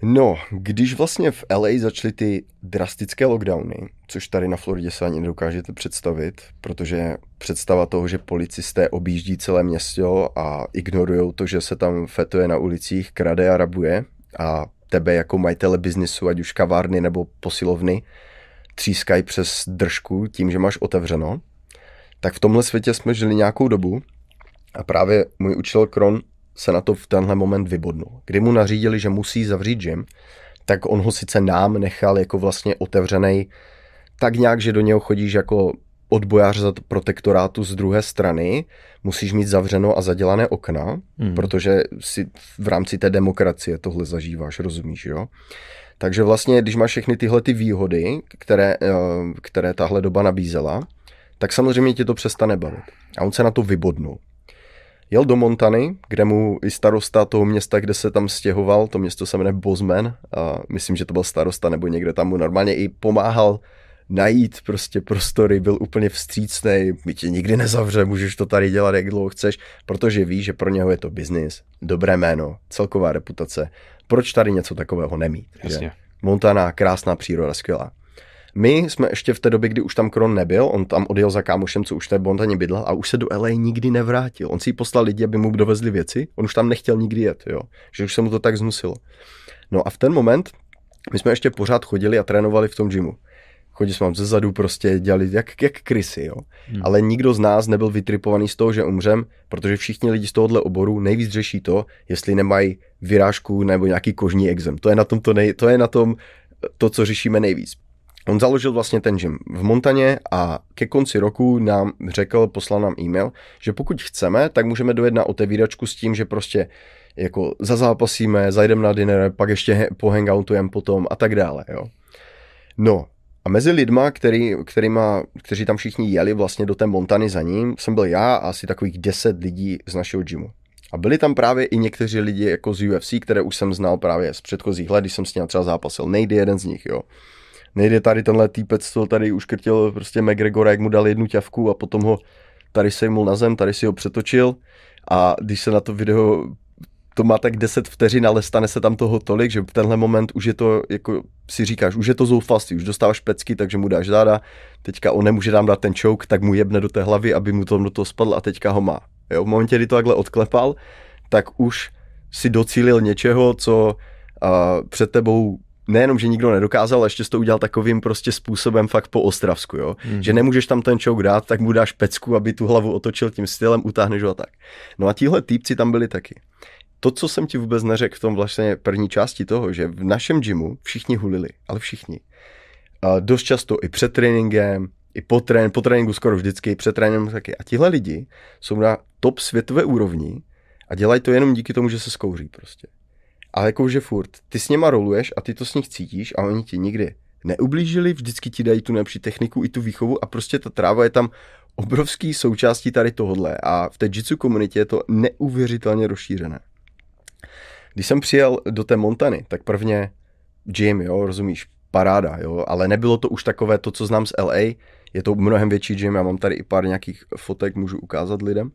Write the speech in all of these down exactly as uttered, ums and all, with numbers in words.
No, když vlastně v L A začaly ty drastické lockdowny, což tady na Floridě se ani nedokážete představit, protože představa toho, že policisté objíždí celé město a ignorujou to, že se tam fetuje na ulicích, krade a rabuje a tebe jako majitele biznisu, ať už kavárny nebo posilovny, třískají přes držku tím, že máš otevřeno, tak v tomhle světě jsme žili nějakou dobu a právě můj učitel Kron se na to v tenhle moment vybodnul. Kdy mu nařídili, že musí zavřít gym, tak on ho sice nám nechal jako vlastně otevřenej tak nějak, že do něho chodíš jako odbojář za protektorátu z druhé strany, musíš mít zavřeno a zadělané okna, hmm. protože si v rámci té demokracie tohle zažíváš, rozumíš, jo? Takže vlastně, když máš všechny tyhle ty výhody, které, které tahle doba nabízela, tak samozřejmě tě to přestane bavit. A on se na to vybodnul. Jel do Montany, kde mu i starosta toho města, kde se tam stěhoval, to město se jmenuje Bozeman, a myslím, že to byl starosta nebo někde tam mu normálně i pomáhal najít prostě prostory, byl úplně vstřícnej, my tě nikdy nezavře, můžeš to tady dělat, jak dlouho chceš, protože ví, že pro něho je to biznis, dobré jméno, celková reputace. Proč tady něco takového nemít? Jasně. Montana, krásná příroda, skvělá. My jsme ještě v té době, kdy už tam Kron nebyl, on tam odjel za kámošem, co už v té Montaně bydlel a už se do L A nikdy nevrátil. On si jí poslal lidi, aby mu dovezli věci, on už tam nechtěl nikdy jet, jo, že už se mu to tak znusilo. No a v ten moment my jsme ještě pořád chodili a trénovali v tom gymu. Chodili jsme tam ze zadu, prostě dělali jak, jak krysy, jo. Hmm. Ale nikdo z nás nebyl vytripovaný z toho, že umřem, protože všichni lidi z tohohle oboru nejvíc řeší to, jestli nemají vyrážku nebo nějaký kožní exém. To je na tom, to nej, to je na tom to, co řešíme nejvíc. On založil vlastně ten gym v Montaně a ke konci roku nám řekl, poslal nám e-mail, že pokud chceme, tak můžeme dojet na otevíračku s tím, že prostě jako zazápasíme, zajdeme na dinner, pak ještě pohangoutujeme potom a tak dále, jo. No a mezi lidma, který, kterýma, kteří tam všichni jeli vlastně do té Montany za ním, jsem byl já a asi takových deset lidí z našeho gymu. A byli tam právě i někteří lidi jako z U F C, které už jsem znal právě z předchozích let, když jsem s ním třeba zápasil. Nejde jeden z nich, jo. Nejde tady tenhle týpec, co tady uškrtil prostě McGregora, jak mu dal jednu ťavku a potom ho tady sejmul na zem, tady si ho přetočil a když se na to video, to má tak deset vteřin, ale stane se tam toho tolik, že v tenhle moment už je to, jako si říkáš, už je to zoufalství, už dostáváš pecky, takže mu dáš záda, teďka on nemůže tam dát ten choke, tak mu jebne do té hlavy, aby mu to do toho spadl a teďka ho má. Jo, v momentě, kdy to takhle odklepal, tak už si docílil něčeho, co uh, před tebou nejenom, že nikdo nedokázal, ale ještě to udělal takovým prostě způsobem fakt po ostravsku, jo. Mm. Že nemůžeš tam ten choke dát, tak mu dáš pecku, aby tu hlavu otočil tím stylem, utáhneš ho a tak. No a tíhle týpci tam byli taky. To, co jsem ti vůbec neřekl v tom vlastně první části toho, že v našem gymu všichni hulili, ale všichni. A dost často i před tréninkem, i po, trén, po tréninku skoro vždycky, i před tréninkem taky. A tihle lidi jsou na top světové úrovni a dělají to jenom díky tomu, že se zkouří prostě. Ale jakože furt, ty s něma roluješ a ty to s nich cítíš a oni ti nikdy neublížili, vždycky ti dají tu nejlepší techniku i tu výchovu a prostě ta tráva je tam obrovský součástí tady tohodle a v té jitsu komunitě je to neuvěřitelně rozšířené. Když jsem přijel do té Montany, tak prvně gym, jo, rozumíš, paráda, jo, ale nebylo to už takové to, co znám z L A, je to mnohem větší gym, já mám tady i pár nějakých fotek, můžu ukázat lidem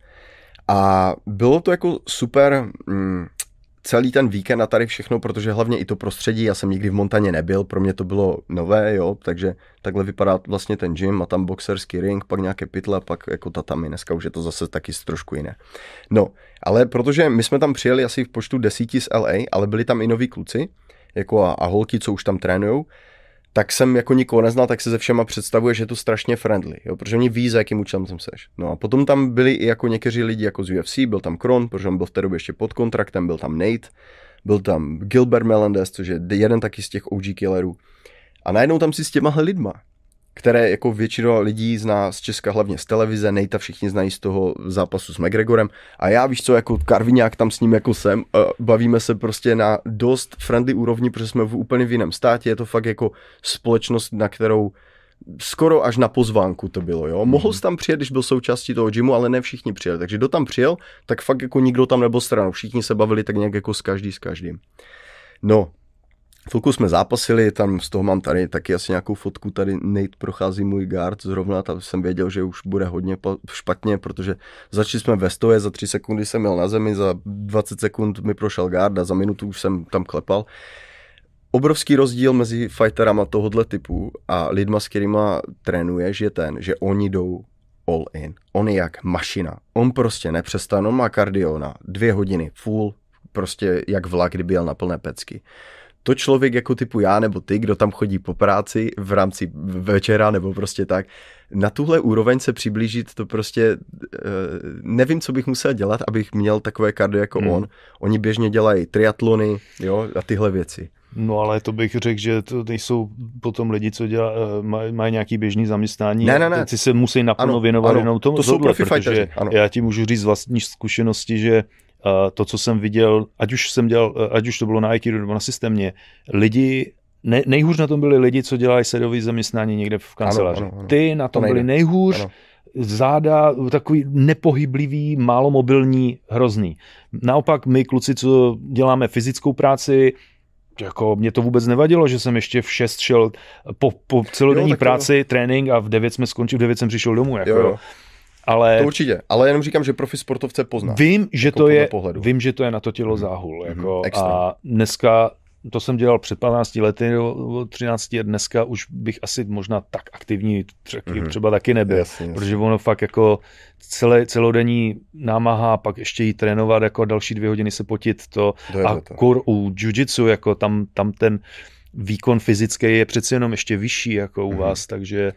a bylo to jako super, mm, celý ten víkend a tady všechno, protože hlavně i to prostředí, já jsem nikdy v Montaně nebyl, pro mě to bylo nové, jo, takže takhle vypadá vlastně ten gym, má tam boxerský ring, pak nějaké pytle, pak jako tatami, dneska už je to zase taky trošku jiné. No, ale protože my jsme tam přijeli asi v počtu desíti z L A, ale byli tam i noví kluci, jako a, a holky, co už tam trénujou, tak jsem jako nikoho neznal, tak se ze všema představuje, že je to strašně friendly, jo, protože oni ví, za jakým účelem seš. No a potom tam byli i jako někteří lidi jako z U F C, byl tam Kron, protože on byl v té době ještě pod kontraktem, byl tam Nate, byl tam Gilbert Melendez, což je jeden taky z těch O G killerů. A najednou tam si s těmahle lidma, které jako většina lidí zná z Česka, hlavně z televize, Nate všichni znají z toho zápasu s McGregorem a já víš co, jako Karviňák tam s ním jako jsem, bavíme se prostě na dost friendly úrovni, protože jsme v úplně v jiném státě, je to fakt jako společnost, na kterou skoro až na pozvánku to bylo, jo. Mohl jsi tam přijet, když byl součástí toho gymu, ale ne všichni přijeli, takže kdo tam přijel, tak fakt jako nikdo tam nebyl stranou, všichni se bavili tak nějak jako s každý s každým. No, chvilku jsme zápasili, tam z toho mám tady taky asi nějakou fotku, tady Nate prochází můj guard zrovna, tam jsem věděl, že už bude hodně špatně, protože začali jsme ve stoje, za tři sekundy jsem měl na zemi, za dvacet sekund mi prošel guard a za minutu už jsem tam klepal. obrovský rozdíl mezi fighterama tohohle typu a lidma, s kterýma trénuješ, je ten, že oni jdou all in. On je jak mašina. On prostě nepřestane, on má kardio na dvě hodiny full, prostě jak vlak, kdyby jel na plné pecky. To člověk jako typu já nebo ty, kdo tam chodí po práci v rámci večera nebo prostě tak, na tuhle úroveň se přiblížit, to prostě nevím, co bych musel dělat, abych měl takové kardio jako hmm. on. Oni běžně dělají triatlony, jo, a tyhle věci. No ale to bych řekl, že to nejsou potom lidi, co dělá, mají maj nějaký běžný zaměstnání. Ne, ne, ne. Ty se musí naplno ano, věnovat ano, jenom tomu. To jsou profi fighteři, ano. Já ti můžu říct z vlastní zkušenosti, že uh, to, co jsem viděl, ať už jsem dělal, ať už to bylo na Aikidu nebo na systémě, lidi, ne, nejhůř na tom byli lidi, co dělají sedový zaměstnání někde v kanceláři. Ano, ano, ano. Ty na tom to byli nejhůř, ano. Záda, takový nepohyblivý, málo mobilní, hrozný. Naopak my kluci, co děláme fyzickou práci, jako mě to vůbec nevadilo, že jsem ještě v šest šel po, po celodenní jo, práci, jo. trénink a v devět jsme skončili, v devět jsem přišel domů. Jako, jo, jo. Ale, to určitě, ale jenom říkám, že profi sportovce pozná. Vím, že jako to je, vím, že to je na to tělo záhul. Mm-hmm. Jako, a dneska, to jsem dělal před patnácti lety, třinácti a dneska už bych asi možná tak aktivní třeba, mm-hmm. třeba taky nebyl, jasně, jasně. Protože ono fakt jako celé, celodenní námaha, pak ještě jí trénovat, jako další dvě hodiny se potit to, to a kur u jiu-jitsu, jako tam, tam ten výkon fyzický je přeci jenom ještě vyšší jako u mm-hmm. vás, takže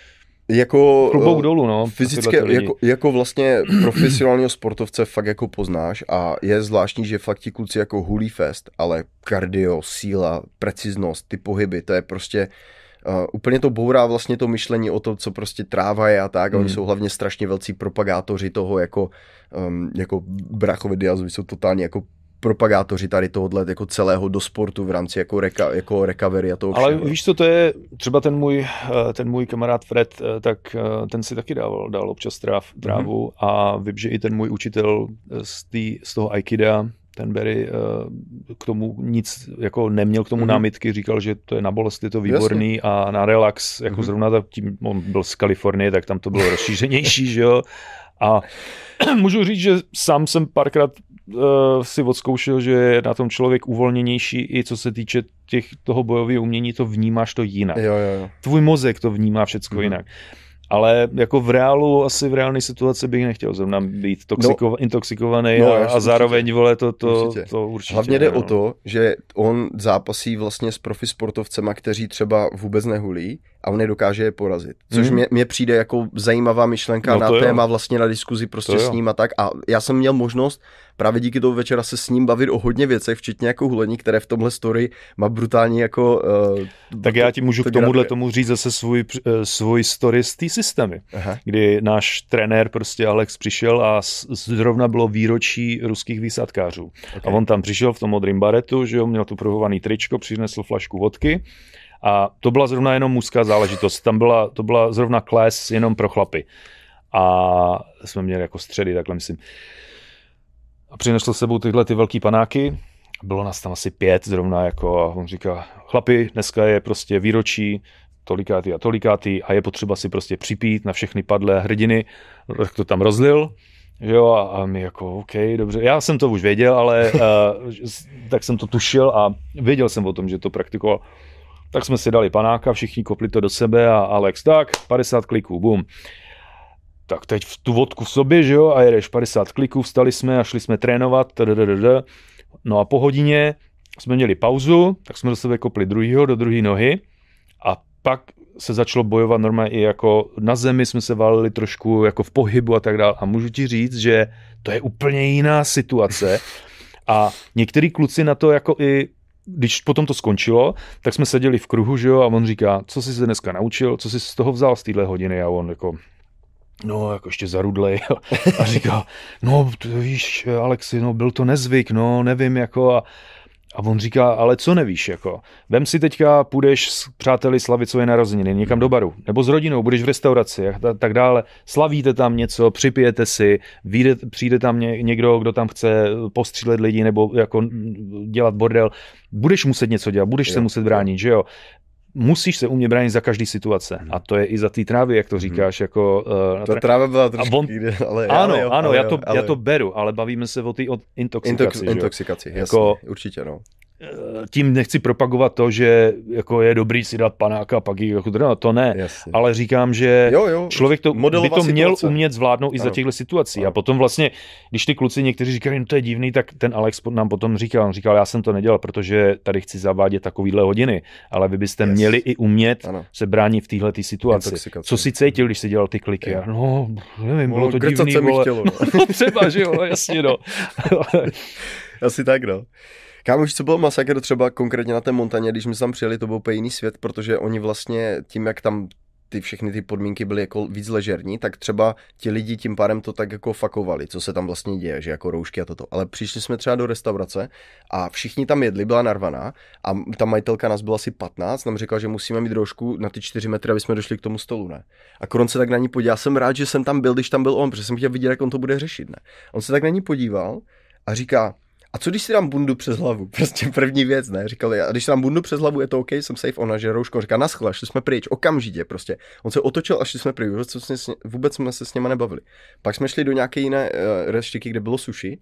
jako klobouk dolů, no. Fyzické, jako, jako vlastně profesionálního sportovce fakt jako poznáš a je zvláštní, že fakt ti kluci jako hulí fest, ale kardio, síla, preciznost, ty pohyby, to je prostě uh, úplně to bourá vlastně to myšlení o tom, co prostě tráva je a tak a hmm. oni jsou hlavně strašně velcí propagátoři toho jako, um, jako Brachovi Diazovi jsou totálně jako propagátoři tady tohohle jako celého do sportu v rámci jako, reka, jako recovery a toho všeho. Ale víš co, to je třeba ten můj, ten můj kamarád Fred, tak ten si taky dával, dal občas tráv, trávu mm-hmm. a vím, že i ten můj učitel z, tý, z toho Aikida, ten Barry, k tomu nic jako neměl k tomu mm-hmm. námitky, říkal, že to je na bolest, je to výborný. Jasně. A na relax, jako mm-hmm. zrovna tím, on byl z Kalifornie, tak tam to bylo rozšířenější, že jo. A můžu říct, že sám jsem párkrát uh, si odzkoušel, že je na tom člověk uvolněnější i co se týče těch, toho bojového umění, to vnímáš to jinak. Jo, jo, jo. Tvůj mozek to vnímá všecko mm. jinak. Ale jako v reálu, asi v reálné situaci bych nechtěl zrovna být toxiko- no, intoxikovaný no, a, a zároveň, vole, to, to, určitě. to určitě. Hlavně jde no. o to, že on zápasí vlastně s profi sportovcema, kteří třeba vůbec nehulí a on je dokáže je porazit. Což mm. mě, mě přijde jako zajímavá myšlenka no, na téma, jo. vlastně na diskuzi prostě to s ním a tak. A já jsem měl možnost právě díky tomu večera se s ním bavit o hodně věcech, včetně jako hulení, které v tomhle story má brutálně jako... Uh, tak já ti můžu to k tomuhle tomu říct zase svůj, uh, svůj story z té systémy, Aha. kdy náš trenér prostě Alex přišel a zrovna bylo výročí ruských výsadkářů. Okay. A on tam přišel v tom modrým baretu, že jo, měl tu pruhovaný tričko, přinesl flašku vodky a to byla zrovna jenom mužská záležitost. Tam byla, to byla zrovna kles jenom pro chlapy. A jsme měli jako středy, takhle myslím. A přinesl s sebou tyhle ty velký panáky. Bylo nás tam asi pět zrovna jako a on říká, chlapi, dneska je prostě výročí tolikátý a tolikátý a je potřeba si prostě připít na všechny padlé hrdiny. Tak to tam rozlil. Jo, a my jako, OK, dobře. Já jsem to už věděl, ale uh, tak jsem to tušil a věděl jsem o tom, že to praktikoval. Tak jsme si dali panáka, všichni kopli to do sebe a Alex, tak, padesát kliků, bum. Tak teď tu vodku v sobě, že jo, a jedeš padesát kliků, vstali jsme a šli jsme trénovat, tadadadada. No a po hodině jsme měli pauzu, tak jsme do sebe kopli druhýho, do druhé nohy a pak se začalo bojovat normálně i jako na zemi, jsme se válili trošku jako v pohybu a tak dále. A můžu ti říct, že to je úplně jiná situace a některý kluci na to jako i když potom to skončilo, tak jsme seděli v kruhu, že jo, a on říká, co jsi se dneska naučil, co jsi z toho vzal z téhle hodiny a on jako no, jako ještě zarudlej a říká, no, víš, Alexi, no, byl to nezvyk, no, nevím, jako a, a on říká, ale co nevíš, jako, vem si teďka, půjdeš s přáteli slavit svoje narozeniny někam do baru, nebo s rodinou, budeš v restauraci a tak dále, slavíte tam něco, připijete si, vyjde, přijde tam ně, někdo, kdo tam chce postřílet lidi nebo jako dělat bordel, budeš muset něco dělat, budeš jo, se muset bránit, že jo. Musíš se umět bránit za každý situace. A to je i za té trávy, jak to říkáš. Jako, uh, ta tráva byla trošku on... jde, ale ano, ale jo, ano, ale já, to, ale... já to beru, ale bavíme se o té intoxikaci. Intox, intoxikaci, jasně, jako, určitě, no. tím nechci propagovat to, že jako je dobrý si dát panáka a pak jich jako no, to ne, Jasně. ale říkám, že jo, jo, člověk to, by to měl situace. umět zvládnout i za těchto situací. Ano. A potom vlastně, když ty kluci někteří říkají, no to je divný, tak ten Alex nám potom říkal, on říkal, já jsem to nedělal, protože tady chci zavádět takovýhle hodiny, ale vy byste yes. měli i umět ano. se bránit v téhle situaci. Intoxikace. Co si cítil, když si dělal ty kliky? Já, no, nevím, bylo to divný, vole. Chtělo, no. Třeba, že jo, jasně, no. Asi tak, no. Kámo, co byl masakr třeba konkrétně na té montaně, když jsme tam přijeli, to byl úplně jiný svět, protože oni vlastně tím, jak tam ty všechny ty podmínky byly jako víc ležerní, tak třeba ti lidi tím pádem to tak jako fakovali, co se tam vlastně děje, že jako roušky a toto. Ale přišli jsme třeba do restaurace a všichni tam jedli, byla narvaná a ta majitelka nás byla asi patnáct, nám říkala, že musíme mít roušku na ty čtyři metry, aby jsme došli k tomu stolu, ne? A Kron se tak na ní podíval, já jsem rád, že jsem tam byl, když tam byl on, protože jsem chtěl vidět, jak on to bude řešit, ne? On se tak na ní podíval a říká: a co když si dám bundu přes hlavu? Prostě první věc, ne? Říkali, a když si dám bundu přes hlavu, je to OK, jsem safe, ona, že rouško. Říká, naschle, šli jsme pryč, okamžitě prostě. On se otočil a šli jsme pryč, vůbec, vůbec jsme se s něma nebavili. Pak jsme šli do nějaké jiné uh, reštiky, kde bylo sushi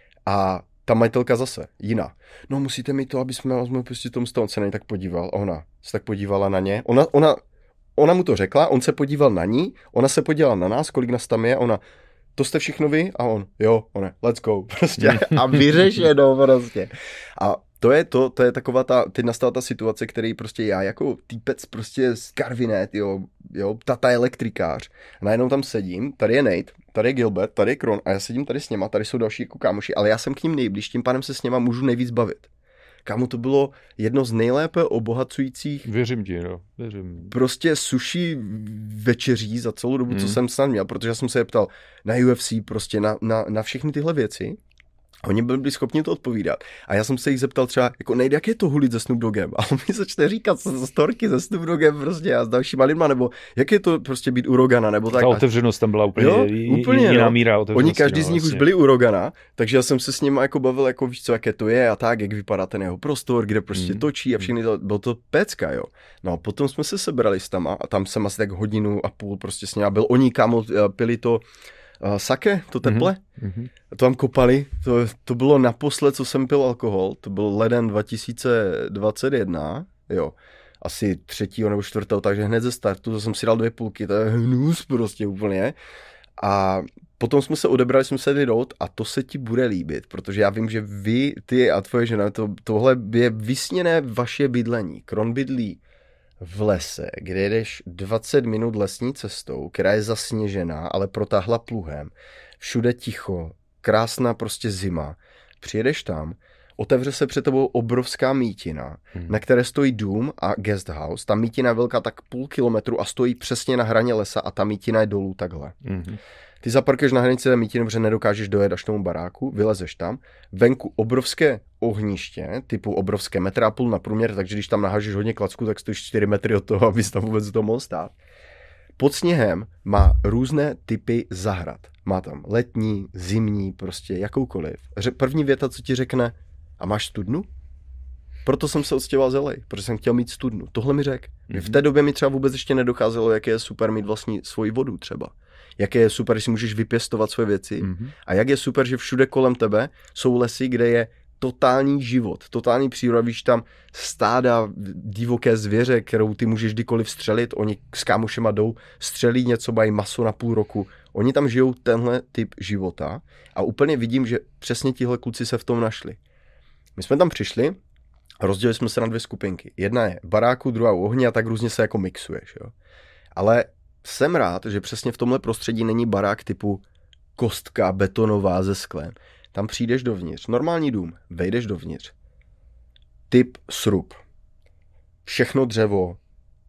a ta majitelka zase, jiná. No musíte mi to, aby jsme vás mohli pustit tomu stolu. On se na ní tak podíval a ona se tak podívala na ně. Ona, ona, ona mu to řekla, on se podíval na ní, ona se podívala na nás, kolik nás tam je, ona... To jste všichno vy? A on, jo, one, let's go, prostě. A vyřešeno prostě. A to je to, to je taková ta, teď nastala ta situace, který prostě já jako týpec prostě z Karviné, jo, jo, tata elektrikář. Najednou tam sedím, tady je Nate, tady je Gilbert, tady je Kron a já sedím tady s něma, tady jsou další jako kámoši, ale já jsem k ním nejblíž, tím pádem se s něma můžu nejvíc bavit. Kámo, to bylo jedno z nejlépe obohacujících... Věřím ti, no. Věřím. Prostě sushi večeří za celou dobu, hmm. co jsem snad měl, protože jsem se je ptal na U F C, prostě na, na, na všechny tyhle věci. A oni byli schopni to odpovídat. A já jsem se jich zeptal třeba, jako nejde, jak je to hulit se Snoop Doggem? A on mi začne říkat storky se Snoop Doggem prostě a s dalšíma lidma, nebo jak je to prostě být u Rogana, nebo tak. Ta otevřenost tam byla úplně, jo, úplně jiná no. míra otevřenosti. Oni každý no, z nich vlastně. už byli u Rogana, takže já jsem se s nimi jako bavil, jako víš co, jaké to je a tak, jak vypadá ten jeho prostor, kde prostě hmm. točí a všechny to, bylo to pecka, jo. No a potom jsme se sebrali s tama a tam jsem asi tak hodinu a půl prostě s ním byl. Oni kámo pili to Uh, sake, to teple, mm-hmm. to tam kopali, to, to bylo naposled, co jsem pil alkohol, to byl leden dva tisíce dvacet jedna, jo, asi třetího nebo čtvrtého, takže hned ze startu, to jsem si dal dvě půlky, to je hnus prostě úplně a potom jsme se odebrali, jsme se jeli dout a to se ti bude líbit, protože já vím, že vy, ty a tvoje žena, to, tohle je vysněné vaše bydlení, Kron bydlí v lese, kde jedeš dvacet minut lesní cestou, která je zasněžená, ale protáhla pluhem. Všude ticho, krásná prostě zima. Přijedeš tam, otevře se před tebou obrovská mítina, hmm. na které stojí dům a guest house. Ta mítina je velká tak půl kilometru a stojí přesně na hraně lesa a ta mítina je dolů takhle. Hmm. Ty zaparkuješ na hranici té mítiny, protože nedokážeš dojet až tomu baráku, vylezeš tam, venku obrovské ohniště, typu obrovské metr a půl na průměr, takže když tam nahážeš hodně klacků, tak stojíš čtyři metry od toho, abys tam vůbec to mohl stát. Pod sněhem má různé typy zahrad. Má tam letní, zimní, prostě jakoukoliv. První věta, co ti řekne, a máš studnu? Proto jsem se odstěhoval z L A, protože jsem chtěl mít studnu. Tohle mi řekl. Mm-hmm. V té době mi třeba vůbec ještě nedocházelo, jak je super mít vlastní svoji vodu třeba. Jak je super, že si můžeš vypěstovat svoje věci. Mm-hmm. A jak je super, že všude kolem tebe jsou lesy, kde je totální život, totální příroda, víš tam stáda divoké zvěře, kterou ty můžeš kdykoliv střelit, oni s kámošema jdou, střelí něco, mají maso na půl roku. Oni tam žijou tenhle typ života a úplně vidím, že přesně tihle kluci se v tom našli. My jsme tam přišli, rozdělili jsme se na dvě skupinky. Jedna je baráku, druhá u ohně a tak různě se jako mixuješ. Jo. Ale jsem rád, že přesně v tomhle prostředí není barák typu kostka betonová ze sklem. Tam přijdeš dovnitř, normální dům, vejdeš dovnitř. Typ srub. Všechno dřevo,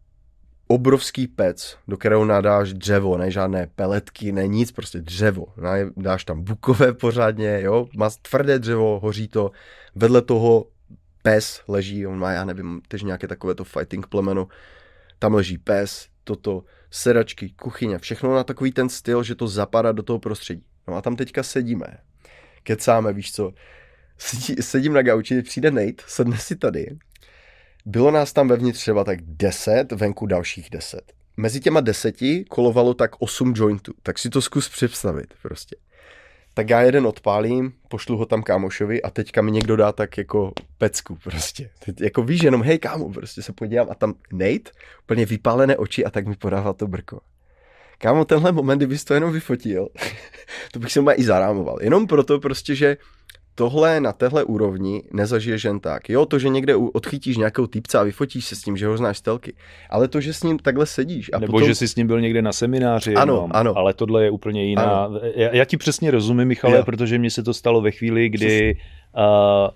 obrovský pec, do kterého nadáš dřevo, ne žádné peletky, ne nic, prostě dřevo. Dáš tam bukové pořádně, jo, má tvrdé dřevo, hoří to, vedle toho pes leží, on má, já nevím, tež nějaké takovéto fighting plemeno, tam leží pes, toto, sedačky, kuchyně, všechno na takový ten styl, že to zapadá do toho prostředí. No a tam teďka sedíme, kecáme, víš co, Sedí, sedím na gauči, přijde Nate, sedne si tady, bylo nás tam vevnitř třeba tak deset, venku dalších deset. Mezi těma deseti kolovalo tak osm jointů, tak si to zkus představit prostě. tak já jeden odpálím, pošlu ho tam kámošovi a teďka mi někdo dá tak jako pecku prostě. Teď jako víš, jenom hej kámo, prostě se podívám a tam Nate, úplně vypálené oči a tak mi podává to brko. Kámo, tenhle moment, kdybys to jenom vyfotil, to bych se mu i zarámoval. Jenom proto prostě, že tohle na téhle úrovni nezažiješ jen tak. Jo, to, že někde odchytíš nějakou týpce a vyfotíš se s tím, že ho znáš z telky, ale to, že s ním takhle sedíš. A nebo potom... že jsi s ním byl někde na semináři. Ano, jenom, ano. Ale tohle je úplně jiná. Já, já ti přesně rozumím, Michale, jo. Protože mně se to stalo ve chvíli, kdy uh,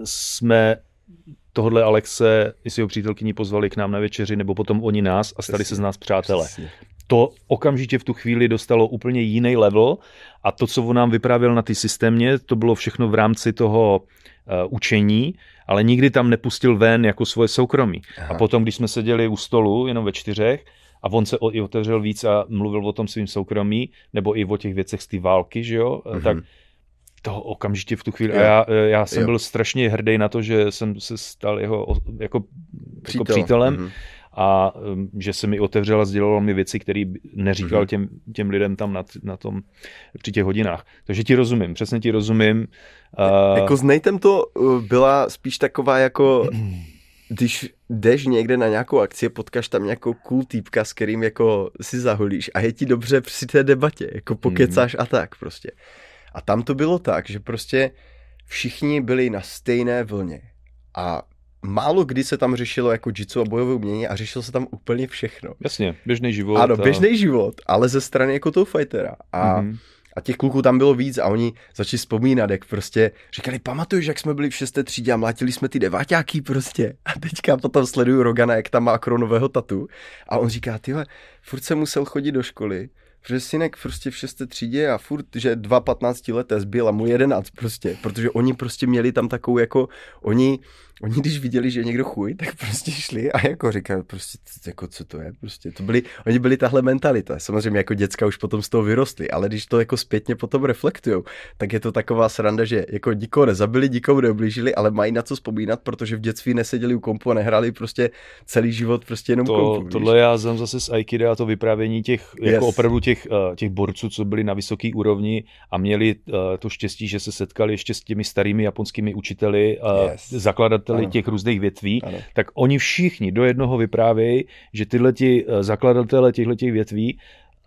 jsme tohle Alexe i s jeho přítelkyní pozvali k nám na večeři, nebo potom oni nás a stali přesně se z nás přátelé. Přesně. To okamžitě v tu chvíli dostalo úplně jiný level a to, co on nám vyprávěl na ty systémě, to bylo všechno v rámci toho uh, učení, ale nikdy tam nepustil ven jako svoje soukromí. Aha. A potom, když jsme seděli u stolu jenom ve čtyřech a on se o, i otevřel víc a mluvil o tom svým soukromí, nebo i o těch věcech z té války, že jo, mm-hmm. tak toho okamžitě v tu chvíli. Jo. A já, já jsem jo. byl strašně hrdý na to, že jsem se stal jeho jako, Přítel. jako přítelem. Mm-hmm. A um, že se mi otevřel a sděloval mi věci, které neříkal mm-hmm. těm, těm lidem tam na, na tom, při těch hodinách. Takže ti rozumím, přesně ti rozumím. Uh... Jako s Natem to byla spíš taková jako, když jdeš někde na nějakou akci, potkáš tam nějakou cool týpka, s kterým jako si zaholíš a je ti dobře při té debatě, jako pokecáš mm-hmm. a tak prostě. A tam to bylo tak, že prostě všichni byli na stejné vlně a málo kdy se tam řešilo jako jitsu a bojové umění a řešilo se tam úplně všechno. Jasně, běžný život. Ano, běžný a... život, ale ze strany jako toho fightera. A, mm-hmm. a těch kluků tam bylo víc a oni začali vzpomínat, jak prostě říkali, pamatuješ, jak jsme byli v šesté třídě a mlátili jsme ty deváťáky prostě. A teďka potom sleduju Rogana, jak tam má kronového tatu a on říká, tyhle, furt jsem musel chodit do školy, protože synek prostě v šesté třídě a furt, že dva patnáctileté zbyl a mu jedenáct prostě, protože oni prostě měli tam takovou jako, oni, oni když viděli, že je někdo chuj, tak prostě šli a jako říkali prostě, jako co to je prostě, to byli, oni byli tahle mentalita, samozřejmě jako děcka už potom z toho vyrostli, ale když to jako zpětně potom reflektujou, tak je to taková sranda, že jako nikoho nezabili, nikomu neublížili, ale mají na co vzpomínat, protože v dětství neseděli u kompu a nehráli prostě celý život prostě jenom to, kompu. Tohle já znám zase z Aikida a to vyprávění těch, jako yes. opravdu těch, těch borců, co byli na vysoké úrovni a měli to štěstí, že se setkali ještě s těmi starými japonskými učiteli, yes. zakladateli ano. těch různých větví, ano. tak oni všichni do jednoho vyprávějí, že tyhle ti zakladatelé těchto těch větví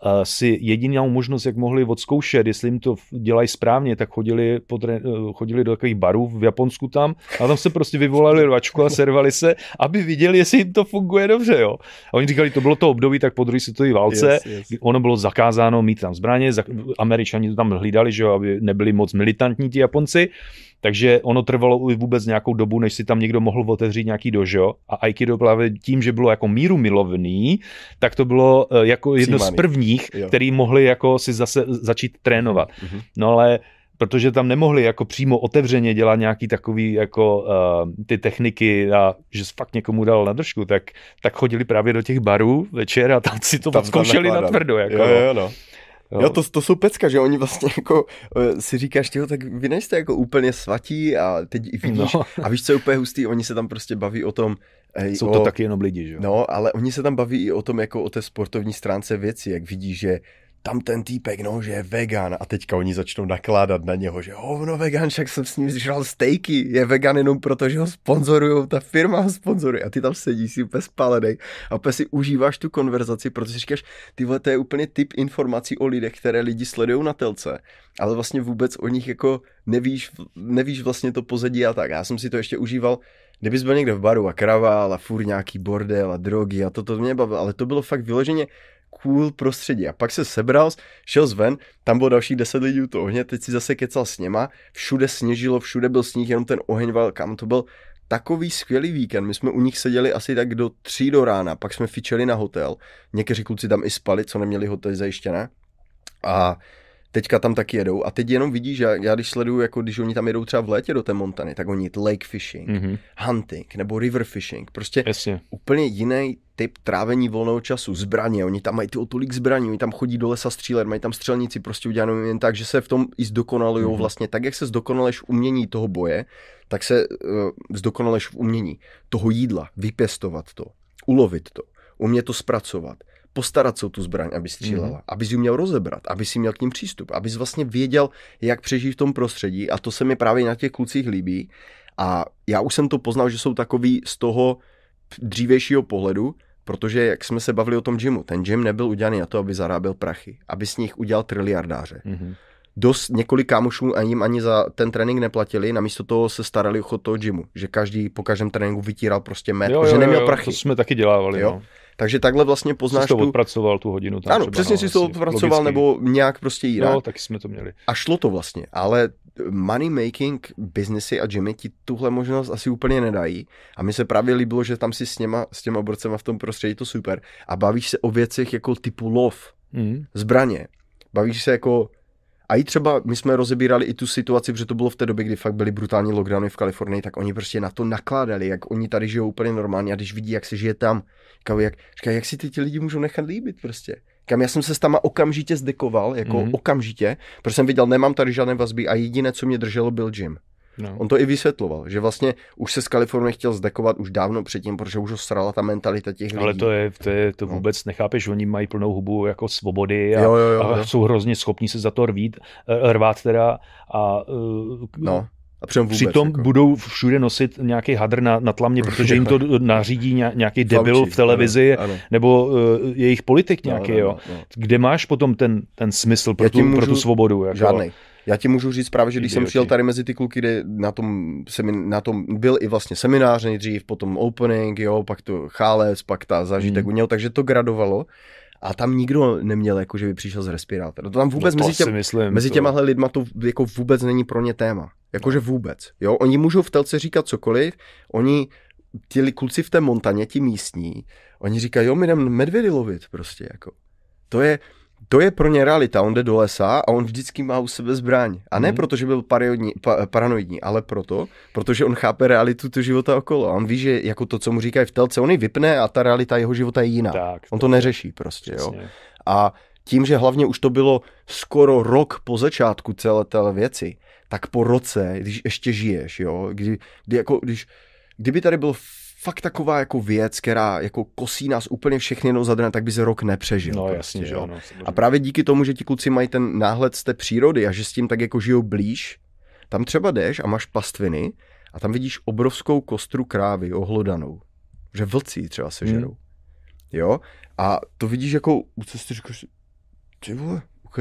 si jedinou možnost, jak mohli odzkoušet, jestli jim to dělají správně, tak chodili, podre, chodili do takových barů v Japonsku tam a tam se prostě vyvolali rvačku a servali se, aby viděli, jestli jim to funguje dobře. Jo. A oni říkali, to bylo to období, tak po druhé světové válce, yes, yes. ono bylo zakázáno mít tam zbraně, Američani to tam hlídali, že jo, aby nebyli moc militantní ti Japonci, takže ono trvalo vůbec nějakou dobu, než si tam někdo mohl otevřít nějaký dojo a Aikido právě tím, že bylo jako míru milovný, tak to bylo jako jedno z prvních, jo. který mohli jako si zase začít trénovat. Mm-hmm. No ale protože tam nemohli jako přímo otevřeně dělat nějaký takový jako uh, ty techniky a že jsi fakt někomu dal na držku, tak, tak chodili právě do těch barů večer a tam si to tam zkoušeli na tvrdo. Jako, jo, jo, no. Jo, jo to, to jsou pecka, že oni vlastně jako uh, si říkáš, tyho, tak vy nejste jako úplně svatí a teď i vidíš, no. a víš, co je úplně hustý, oni se tam prostě baví o tom, Ej, jsou to o, taky jenom lidi, že jo? No, ale oni se tam baví i o tom, jako o té sportovní stránce věci, jak vidíš, že tam ten týpek, no, že je vegan a teďka oni začnou nakládat na něho, že hovno vegan, však jsem s ním žral stejky, je vegan jenom proto, že ho sponzorujou, ta firma ho sponzoruje a ty tam sedíš si úplně spálenej a úplně si užíváš tu konverzaci, protože říkáš, tyhle, to je úplně typ informací o lidech, které lidi sledují na telce, ale vlastně vůbec o nich jako nevíš, nevíš vlastně to pozadí a tak. Já jsem si to ještě užíval, kdybys byl někde v baru a kravál a furt nějaký bordel a drogy a toto mě bavilo, ale to bylo fakt vyloženě cool prostředí. A pak se sebral, šel zven, tam bylo dalších deset lidí u toho ohně, teď si zase kecal s něma, všude sněžilo, všude byl sníh, jenom ten oheň val, kam to byl takový skvělý víkend. My jsme u nich seděli asi tak do tří do rána, pak jsme fičeli na hotel, někteří kluci tam i spali, co neměli hotel zajištěné a teďka tam taky jedou a teď jenom vidíš, že já když sleduju, jako když oni tam jedou třeba v létě do té Montany, tak oni jít lake fishing, mm-hmm. hunting nebo river fishing, prostě Jasně. úplně jiný typ trávení volného času, zbraně, oni tam mají ty o tolik zbraní, oni tam chodí do lesa střílet, mají tam střelníci, prostě udělanou jen tak, že se v tom i zdokonalujou mm-hmm. vlastně, tak jak se zdokonaleš v umění toho boje, tak se uh, zdokonaleš v umění toho jídla, vypěstovat to, ulovit to, umět to zpracovat, postarat se o tu zbraň, aby střílela, mm. abys ji měl rozebrat, abys ji měl k ním přístup, abys vlastně věděl, jak přežít v tom prostředí a to se mi právě na těch klucích líbí a já už jsem to poznal, že jsou takový z toho dřívějšího pohledu, protože jak jsme se bavili o tom gymu, ten gym nebyl udělaný na to, aby zaráběl prachy, aby z nich udělal triliardáře. Mm-hmm. Dost několik kámošů a jim ani za ten trénink neplatili, namísto toho se starali o chod toho gymu, že každý po každém tréninku vytíral prostě met, jo, že jo, neměl jo, prachy. To jsme taky dělávali. Jo? No. Takže takhle vlastně poznáš jsi to tu... odpracoval tu hodinu tam. Ano, třeba, přesně no, si to odpracoval, nebo nějak prostě jinak. No, taky jsme to měli. A šlo to vlastně, ale money making businessy a gymy ti tuhle možnost asi úplně nedají. A mi se právě líbilo, že tam si s těma, s těma borcema v tom prostředí to super. A bavíš se o věcech jako typu lov, mm. zbraně. Bavíš se jako... A i třeba my jsme rozebírali i tu situaci, protože to bylo v té době, kdy fakt byly brutální lockdowny v Kalifornii, tak oni prostě na to nakládali, jak oni tady žijou úplně normálně a když vidí, jak se žije tam, říkají, jak, říkají, jak si ty ti lidi můžou nechat líbit prostě. Kam já jsem se s tama okamžitě zdekoval, jako mm-hmm. okamžitě, protože jsem viděl, nemám tady žádné vazby a jediné, co mě drželo, byl gym. No. On to i vysvětloval, že vlastně už se z Kalifornie chtěl zdekovat už dávno předtím, protože už ho srala ta mentalita těch lidí. Ale to je, to, je, to vůbec no. nechápeš, oni mají plnou hubu jako svobody a, jo, jo, jo, a jo. jsou hrozně schopní se za to rvít, rvát teda a no. A přitom, vůbec, přitom jako. budou všude nosit nějaký hadr na, na tlamě, protože jim to nařídí nějaký debil Fauci, v televizi, ano, ano. nebo uh, jejich politik nějaký, no, no, jo. No, no. Kde máš potom ten, ten smysl pro tu, pro tu svobodu? Jako? Žádnej. Já ti můžu říct právě, že když Idioti. jsem přijel tady mezi ty kluky, kde na tom, semin, na tom byl i vlastně seminář nejdřív, potom opening, jo, pak to chálec, pak ta zážitek hmm. u něho, takže to gradovalo. A tam nikdo neměl, jako, že by přišel z respirátora. To tam vůbec no to mezi, těm, myslím, mezi to... těmahle lidma to jako vůbec není pro ně téma. Jakože vůbec. Jo? Oni můžou v telce říkat cokoliv, oni, ti kluci v té montaně, ti místní, oni říkají, jo, my jdeme medvědy lovit prostě. Jako. To je... To je pro ně realita, on jde do lesa a on vždycky má u sebe zbraň. A ne mm. proto, že byl paranoidní, pa, paranoidní, ale proto, protože on chápe realitu tu života okolo. A on ví, že jako to, co mu říkají v telce, on ji vypne a ta realita jeho života je jiná. Tak, on to neřeší prostě. Jo. A tím, že hlavně už to bylo skoro rok po začátku celé té věci, tak po roce, když ještě žiješ, jo, kdy, kdy jako, když, kdyby tady byl fakt taková jako věc, která jako kosí nás úplně všechny jednou za den, tak by se rok nepřežil. No prostě, jasně, že jo. No, a právě díky tomu, že ti kluci mají ten náhled z té přírody a že s tím tak jako žijou blíž, tam třeba jdeš a máš pastviny a tam vidíš obrovskou kostru krávy ohlodanou. Že vlci třeba sežerou. Hmm. Jo? A to vidíš jako u cesty, říkáš, ty vole, OK.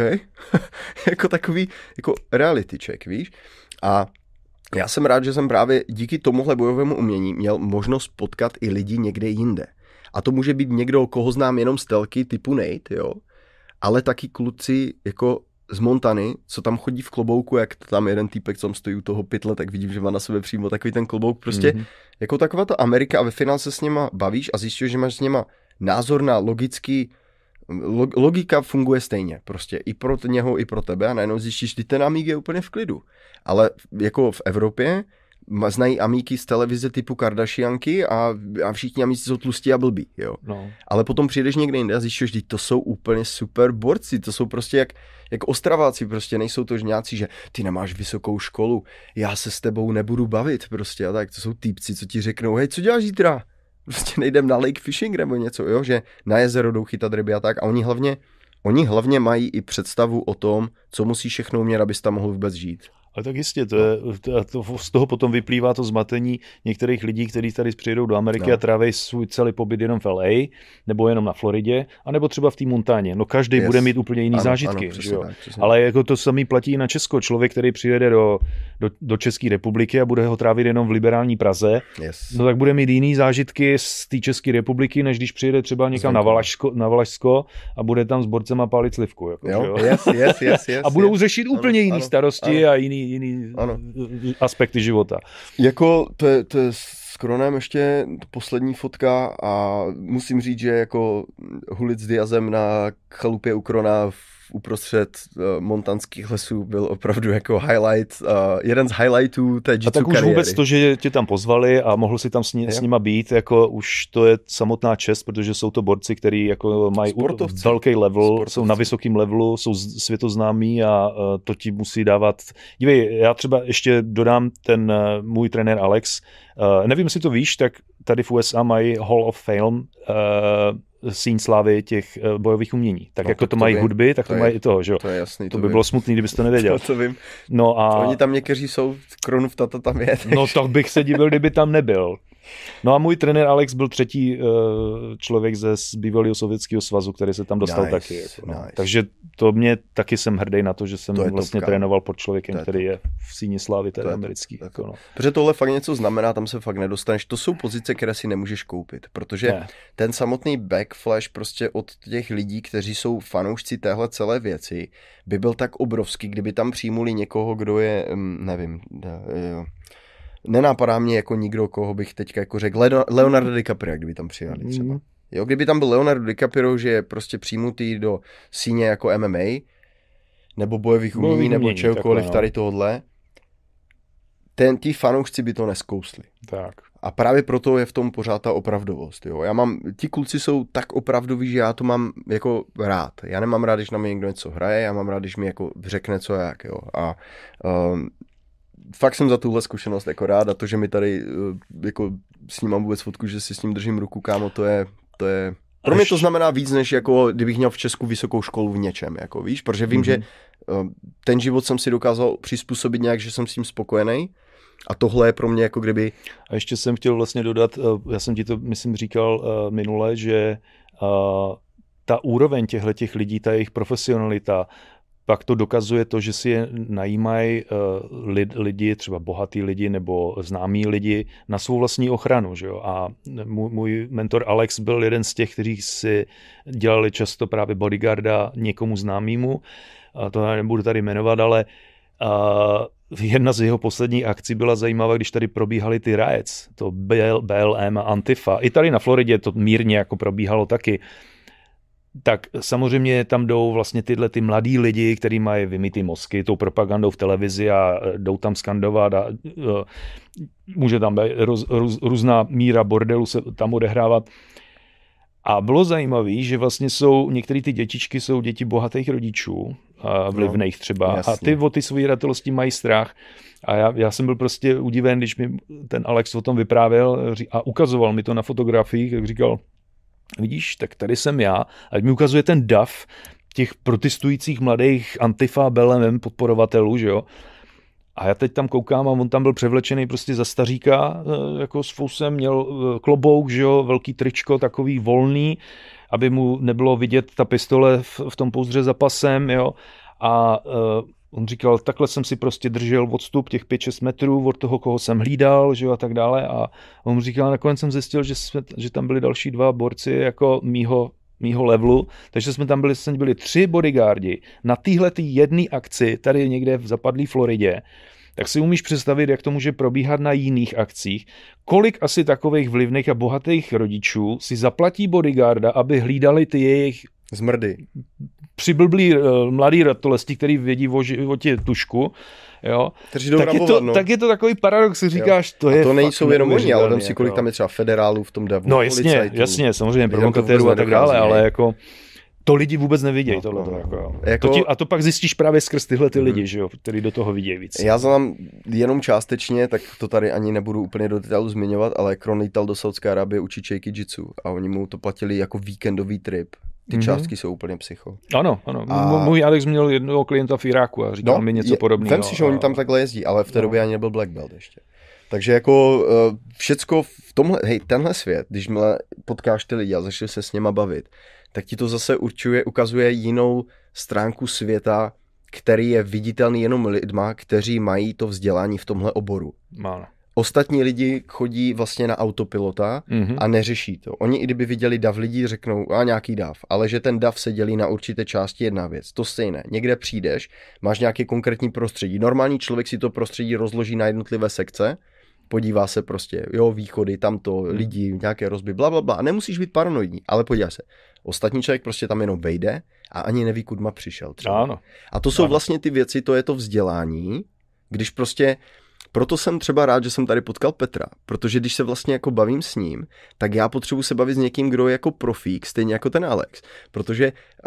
Jako takový jako reality check, víš? A já jsem rád, že jsem právě díky tomuhle bojovému umění měl možnost potkat i lidi někde jinde. A to může být někdo, koho znám jenom z telky typu Nate, jo, ale taky kluci jako z Montany, co tam chodí v klobouku, jak tam jeden týpek, co tam stojí u toho pytle, tak vidím, že má na sebe přímo takový ten klobouk. Prostě mm-hmm. jako taková ta Amerika a ve finále se s nima bavíš a zjišťuješ, že máš s nima názor na logický logika funguje stejně, prostě i pro něho, i pro tebe a najednou zjistíš, že ten amík je úplně v klidu. Ale jako v Evropě znají amíky z televize typu Kardashianky a, a všichni amíci jsou tlustí a blbí, jo. No. Ale potom přijdeš někde jinde a zjistíš, že to jsou úplně super borci, to jsou prostě jak, jak Ostraváci, prostě nejsou to žňáci, že ty nemáš vysokou školu, já se s tebou nebudu bavit, prostě a tak, to jsou týpci, co ti řeknou, hej, co děláš zítra? Prostě nejdem na lake fishing nebo něco, jo, že na jezero jdou chytat ryby a tak a oni hlavně, oni hlavně mají i představu o tom, co musí všechno umět, abys tam mohl vůbec žít. Ale tak jistě, to je, to, to, z toho potom vyplývá to zmatení některých lidí, kteří tady přijedou do Ameriky no. a tráví svůj celý pobyt jenom v L A, nebo jenom na Floridě, anebo třeba v té Montáně. No každý yes. bude mít úplně jiný ano, zážitky. Ano, že jo? Tak, ale jako to samý platí i na Česko. Člověk, který přijede do, do, do České republiky a bude ho trávit jenom v liberální Praze, yes. no tak bude mít jiný zážitky z té České republiky, než když přijede třeba někam na Valašsko, na Valašsko a bude tam s borcema pálit slivku. Jako, jo? Jo? Yes, yes, yes, yes, a budou yes. řešit úplně ano, jiný ano, starosti ano. a jiný jiný ano. aspekty života. Jako to je, to je s Kronem ještě poslední fotka a musím říct, že jako hulit s Diazem na chalupě u Krona v uprostřed uh, montanských lesů byl opravdu jako highlight, uh, jeden z highlightů té jitsu A tak už kariéry. Vůbec to, že tě tam pozvali a mohl si tam s, ní, s nima být, jako už to je samotná čest, protože jsou to borci, kteří jako mají Sportovci. velký level, Sportovci. Jsou na vysokém levelu, jsou světoznámí a uh, to ti musí dávat. Dívej, já třeba ještě dodám ten uh, můj trenér Alex, uh, nevím, jestli to víš, tak tady v U S A mají Hall of Fame, uh, síň slávy těch uh, bojových umění. Tak no, jako tak to, to mají vím. hudby, tak to, to mají je, i toho, že jo? To je jasný. To, to by vím. bylo smutný, kdybys to nevěděl. To, to vím. No a... Oni tam někteří jsou, Kronův tata tam je. Takže... No tak bych se divil, kdyby tam nebyl. No a můj trenér Alex byl třetí uh, člověk ze bývalého Sovětského svazu, který se tam dostal nice, taky. Jako, no. nice. Takže to mě taky jsem hrdý na to, že jsem to vlastně topka. trénoval pod člověkem, to je který top. je v síni slávy tady americký. Jako, no. Protože tohle fakt něco znamená, tam se fakt nedostaneš. To jsou pozice, které si nemůžeš koupit, protože ne. ten samotný backflash prostě od těch lidí, kteří jsou fanoušci téhle celé věci, by byl tak obrovský, kdyby tam přijmuli někoho, kdo je, nevím, jo. Nenápadá mě jako nikdo, koho bych teďka jako řekl. Leonardo DiCaprio, kdyby tam přijali třeba. Mm. Jo, kdyby tam byl Leonardo DiCaprio, že je prostě přijmutý do síně jako M M A, nebo bojových umění, Bojových nebo umění, čehokoliv takhle, no. tady tohodle, ten, tí fanoušci by to neskousli. Tak. A právě proto je v tom pořád ta opravdovost. Jo. Já mám, ti kluci jsou tak opravdoví, že já to mám jako rád. Já nemám rád, když na mě někdo něco hraje, já mám rád, když mi jako řekne co a jak. Jo. A um, fakt jsem za tuhle zkušenost jako rád a to, že mi tady jako s ním mám vůbec fotku, že si s ním držím ruku, kámo, to je, to je... Pro mě to znamená víc, než jako kdybych měl v Česku vysokou školu v něčem, jako víš, protože vím, mm-hmm. že ten život jsem si dokázal přizpůsobit nějak, že jsem s tím spokojený a tohle je pro mě jako kdyby... A ještě jsem chtěl vlastně dodat, já jsem ti to myslím říkal minule, že ta úroveň těchto lidí, ta jejich profesionalita, pak to dokazuje to, že si je najímají uh, lid, lidi, třeba bohatý lidi nebo známí lidi na svou vlastní ochranu. Že jo? A můj, můj mentor Alex byl jeden z těch, kteří si dělali často právě bodyguarda někomu známému. A to nebudu tady jmenovat, ale uh, jedna z jeho posledních akcí byla zajímavá, když tady probíhaly ty riots, to B L M a Antifa. I tady na Floridě to mírně jako probíhalo taky. Tak samozřejmě tam jdou vlastně tyhle ty mladí lidi, kteří mají vymytý mozky tou propagandou v televizi a jdou tam skandovat a uh, může tam být roz, roz, různá míra bordelu se tam odehrávat. A bylo zajímavé, že vlastně jsou, některé ty dětičky jsou děti bohatých rodičů, a vlivných třeba, no, a ty o ty svojí ratelosti mají strach. A já, já jsem byl prostě udiven, když mi ten Alex o tom vyprávěl a ukazoval mi to na fotografiích, jak říkal, vidíš, tak tady jsem já, ať mi ukazuje ten dav těch protestujících mladých Antifa B L M podporovatelů, že jo. A já teď tam koukám a on tam byl převlečený prostě za staříka, jako s fousem, měl klobouk, že jo, velký tričko, takový volný, aby mu nebylo vidět ta pistole v, v tom pouzdře za pasem, jo. A uh, on říkal, takhle jsem si prostě držel odstup těch pět šest metrů od toho, koho jsem hlídal, že jo, a tak dále. A on říkal, nakonec jsem zjistil, že, jsme, že tam byli další dva borci jako mýho, mýho levelu, takže jsme tam byli, jsme byli tři bodyguardi na téhletý jedné akci, tady někde v zapadlý Floridě. Tak si umíš představit, jak to může probíhat na jiných akcích. Kolik asi takových vlivných a bohatých rodičů si zaplatí bodyguarda, aby hlídali ty jejich zmrdy. Přiblblí uh, mladý ratolesti, který vědí o životě tušku, jo. Tak, rabovat, je to, no. tak je to takový paradox, si říkáš, to a je to nejsou jenom oni, ale vem si, kolik jako. tam je třeba federálů v tom davu. No jasně, jasně, samozřejmě, provokatérů a tak dále, ale jako to lidi vůbec nevidějí, no, tohleto. No, jako, jako... To ti, a to pak zjistíš právě skrz tyhle ty lidi, mm. že jo, který do toho vidějí víc. Já znám jenom částečně, tak to tady ani nebudu úplně do detailu zmiňovat, ale Kron lítal do Saudské Arábie učit Jiu-Jitsu a oni mu to platili jako víkendový trip. Ty mm-hmm. částky jsou úplně psycho. Ano, ano. A... Můj Alex měl jednoho klienta v Iráku a říkal no, mi něco podobného. Vem si, že oni tam takhle jezdí, ale v té no. době ani nebyl black belt ještě. Takže jako všecko v tomhle, hej, tenhle svět, když potkáš ty lidi a začneš se s něma bavit, tak ti to zase určuje, ukazuje jinou stránku světa, který je viditelný jenom lidma, kteří mají to vzdělání v tomhle oboru. Ano. Ostatní lidi chodí vlastně na autopilota mm-hmm. a neřeší to. Oni i kdyby viděli dav lidí, řeknou, a nějaký dav, ale že ten dav se dělí na určité části, jedna věc. To stejné. Někde přijdeš, máš nějaké konkrétní prostředí. Normální člověk si to prostředí rozloží na jednotlivé sekce, podívá se prostě, jo, východy, tamto, lidi, nějaké rozby, bla, bla, bla. A nemusíš být paranoidní, ale podívá se. Ostatní člověk prostě tam jenom vejde a ani neví, kudma přišel. Třeba. Ano. A to jsou ano. vlastně ty věci, to je to vzdělání, když prostě, proto jsem třeba rád, že jsem tady potkal Petra, protože když se vlastně jako bavím s ním, tak já potřebuji se bavit s někým, kdo je jako profík, stejně jako ten Alex, protože uh,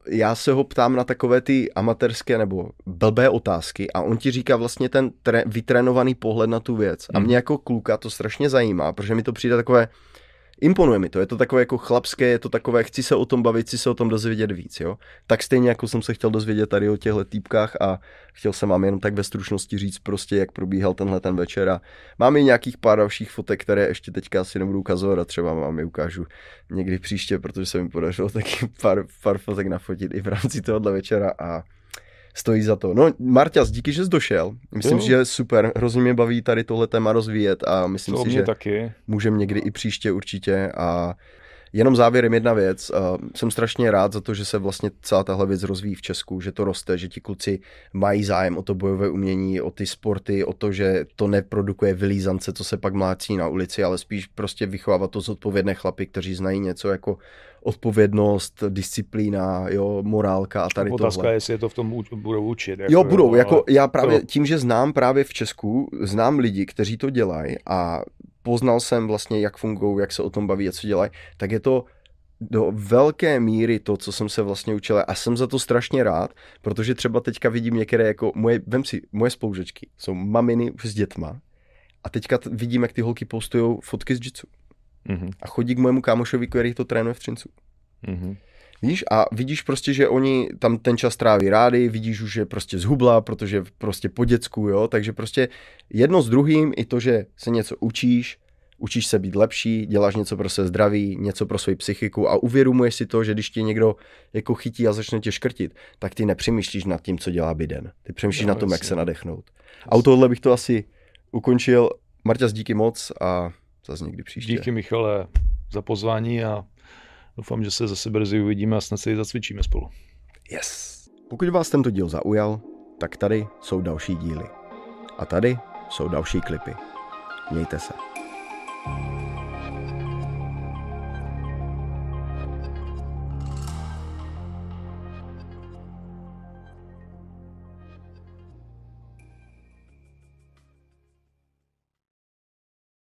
já se ho ptám na takové ty amatérské nebo blbé otázky a on ti říká vlastně ten tre- vytrénovaný pohled na tu věc. A mě jako kluka to strašně zajímá, protože mi to přijde takové, imponuje mi to, je to takové jako chlapské, je to takové, chci se o tom bavit, chci se o tom dozvědět víc, jo. Tak stejně jako jsem se chtěl dozvědět tady o těchto týpkách a chtěl jsem vám jenom tak ve stručnosti říct prostě, jak probíhal tenhle ten večer a mám i nějakých pár dalších fotek, které ještě teďka asi nebudu ukazovat a třeba vám je ukážu někdy příště, protože se mi podařilo taky pár, pár fotek nafotit i v rámci tohohle večera a stojí za to. No, Marťas, díky, že jsi došel. Myslím, jo. že je super. Hrozně mě baví tady tohle téma rozvíjet a myslím to si, že taky. můžeme někdy i příště určitě. A jenom závěrem jedna věc. Jsem strašně rád za to, že se vlastně celá tahle věc rozvíjí v Česku, že to roste, že ti kluci mají zájem o to bojové umění, o ty sporty, o to, že to neprodukuje vylízance, co se pak mlácí na ulici, ale spíš prostě vychovávat to zodpovědné chlapy, kteří znají něco jako odpovědnost, disciplína, jo, morálka a tady tohle. Otázka je, jestli je to v tom budou učit. Jako, jo, budou. Jo, jako já právě to... tím, že znám právě v Česku, znám lidi, kteří to dělají a poznal jsem vlastně, jak fungují, jak se o tom baví a co dělají, tak je to do velké míry to, co jsem se vlastně učil a jsem za to strašně rád, protože třeba teďka vidím některé jako moje, vem si, moje spolužečky, jsou maminy s dětma a teďka t- vidím, jak ty holky postujou fotky z jitsu. Mm-hmm. A chodí k mému kámošovi, který to trénuje v Třincu. Mm-hmm. Víš, a vidíš prostě, že oni tam ten čas tráví rádi, vidíš už, že prostě zhubla, protože prostě po děcku, jo, takže prostě jedno s druhým i to, že se něco učíš, učíš se být lepší, děláš něco pro své zdraví, něco pro svoji psychiku a uvědomuješ si to, že když tě někdo jako chytí a začne tě škrtit, tak ty nepřemýšlíš nad tím, co dělá Biden. Ty přemýšlíš no, na tom, jasně. jak se nadechnout. A u tohohle bych to asi ukončil. Marťas, díky moc a zase někdy příště. Díky, Michale, za pozvání a doufám, že se zase brzy uvidíme a snad se zacvičíme spolu. Yes. Pokud vás tento díl zaujal, tak tady jsou další díly. A tady jsou další klipy. Mějte se.